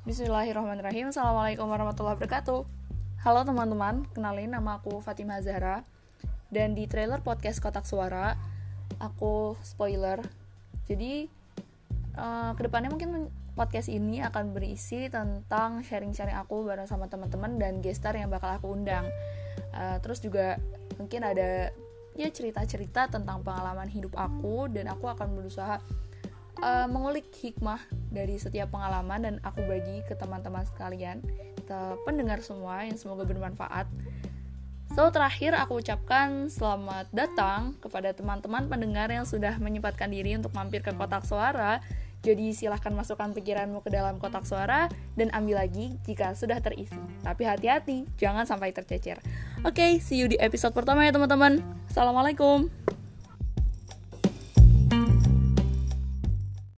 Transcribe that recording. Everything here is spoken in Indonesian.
Bismillahirrahmanirrahim. Assalamualaikum warahmatullahi wabarakatuh. Halo teman-teman, kenalin nama aku Fatimah Zahra. Dan di trailer podcast Kotak Suara, aku spoiler. Jadi kedepannya mungkin podcast ini akan berisi tentang sharing-sharing aku bareng sama teman-teman dan gestar yang bakal aku undang. Terus juga mungkin ada cerita-cerita tentang pengalaman hidup aku, dan aku akan berusaha mengulik hikmah dari setiap pengalaman dan aku bagi ke teman-teman sekalian, ke pendengar semua yang semoga bermanfaat. Terakhir aku ucapkan selamat datang kepada teman-teman pendengar yang sudah menyempatkan diri untuk mampir ke Kotak Suara. Jadi silahkan masukkan pikiranmu ke dalam kotak suara dan ambil lagi jika sudah terisi. Tapi hati-hati, jangan sampai tercecer. Oke, see you di episode pertama ya teman-teman. Assalamualaikum.